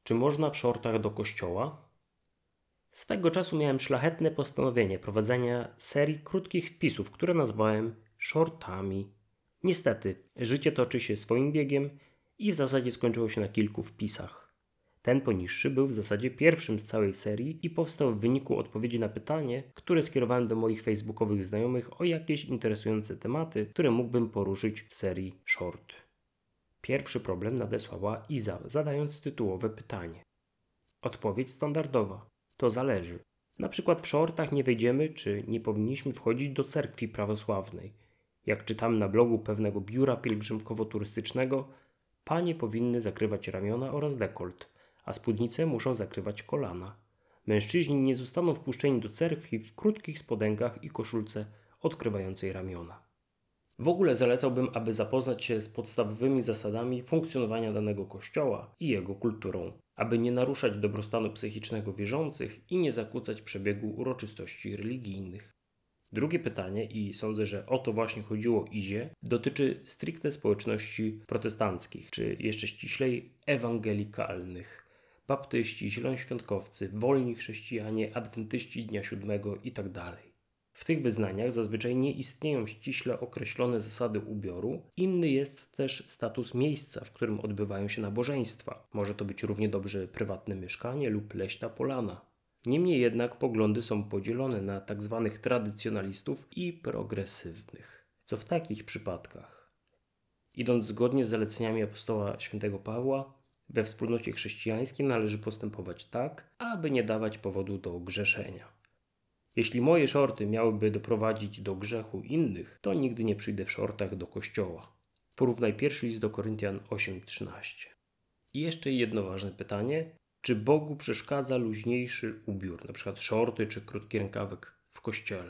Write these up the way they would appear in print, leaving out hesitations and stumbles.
Czy można w shortach do kościoła? Swego czasu miałem szlachetne postanowienie prowadzenia serii krótkich wpisów, które nazwałem shortami. Niestety, życie toczy się swoim biegiem i w zasadzie skończyło się na kilku wpisach. Ten poniższy był w zasadzie pierwszym z całej serii i powstał w wyniku odpowiedzi na pytanie, które skierowałem do moich facebookowych znajomych o jakieś interesujące tematy, które mógłbym poruszyć w serii short. Pierwszy problem nadesłała Iza, zadając tytułowe pytanie. Odpowiedź standardowa. To zależy. Na przykład w shortach nie wejdziemy, czy nie powinniśmy wchodzić do cerkwi prawosławnej. Jak czytamy na blogu pewnego biura pielgrzymkowo-turystycznego, panie powinny zakrywać ramiona oraz dekolt, a spódnice muszą zakrywać kolana. Mężczyźni nie zostaną wpuszczeni do cerkwi w krótkich spodenkach i koszulce odkrywającej ramiona. W ogóle zalecałbym, aby zapoznać się z podstawowymi zasadami funkcjonowania danego kościoła i jego kulturą, aby nie naruszać dobrostanu psychicznego wierzących i nie zakłócać przebiegu uroczystości religijnych. Drugie pytanie, i sądzę, że o to właśnie chodziło Izie, dotyczy stricte społeczności protestanckich, czy jeszcze ściślej ewangelikalnych. Baptyści, zielonoświątkowcy, wolni chrześcijanie, adwentyści dnia siódmego itd. W tych wyznaniach zazwyczaj nie istnieją ściśle określone zasady ubioru. Inny jest też status miejsca, w którym odbywają się nabożeństwa. Może to być równie dobrze prywatne mieszkanie lub leśna polana. Niemniej jednak poglądy są podzielone na tzw. tradycjonalistów i progresywnych. Co w takich przypadkach? Idąc zgodnie z zaleceniami apostoła świętego Pawła, we wspólnocie chrześcijańskiej należy postępować tak, aby nie dawać powodu do grzeszenia. Jeśli moje shorty miałyby doprowadzić do grzechu innych, to nigdy nie przyjdę w shortach do kościoła. Porównaj pierwszy list do Koryntian 8:13. I jeszcze jedno ważne pytanie. Czy Bogu przeszkadza luźniejszy ubiór, np. shorty czy krótki rękawek w kościele?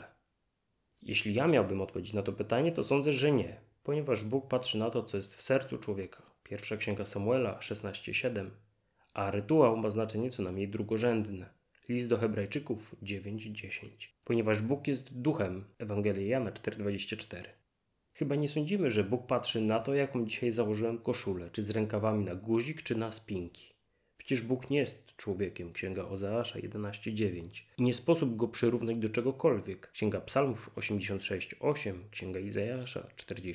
Jeśli ja miałbym odpowiedzieć na to pytanie, to sądzę, że nie, ponieważ Bóg patrzy na to, co jest w sercu człowieka. Pierwsza księga Samuela 16:7, a rytuał ma znaczenie co najmniej drugorzędne. List do Hebrajczyków 9:10. Ponieważ Bóg jest duchem, Ewangelia Jana 4:24. Chyba nie sądzimy, że Bóg patrzy na to, jaką dzisiaj założyłem koszulę, czy z rękawami na guzik, czy na spinki. Przecież Bóg nie jest człowiekiem, księga Ozeasza 11:9. I nie sposób go przyrównać do czegokolwiek. Księga Psalmów 86:8, księga Izajasza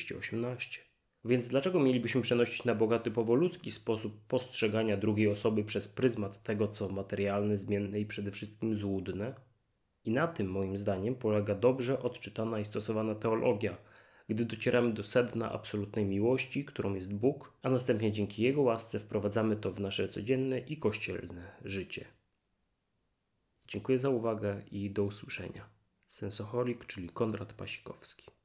40:18. Więc dlaczego mielibyśmy przenosić na Boga typowo ludzki sposób postrzegania drugiej osoby przez pryzmat tego, co materialne, zmienne i przede wszystkim złudne? I na tym, moim zdaniem, polega dobrze odczytana i stosowana teologia, gdy docieramy do sedna absolutnej miłości, którą jest Bóg, a następnie dzięki Jego łasce wprowadzamy to w nasze codzienne i kościelne życie. Dziękuję za uwagę i do usłyszenia. Sensoholik, czyli Konrad Pasikowski.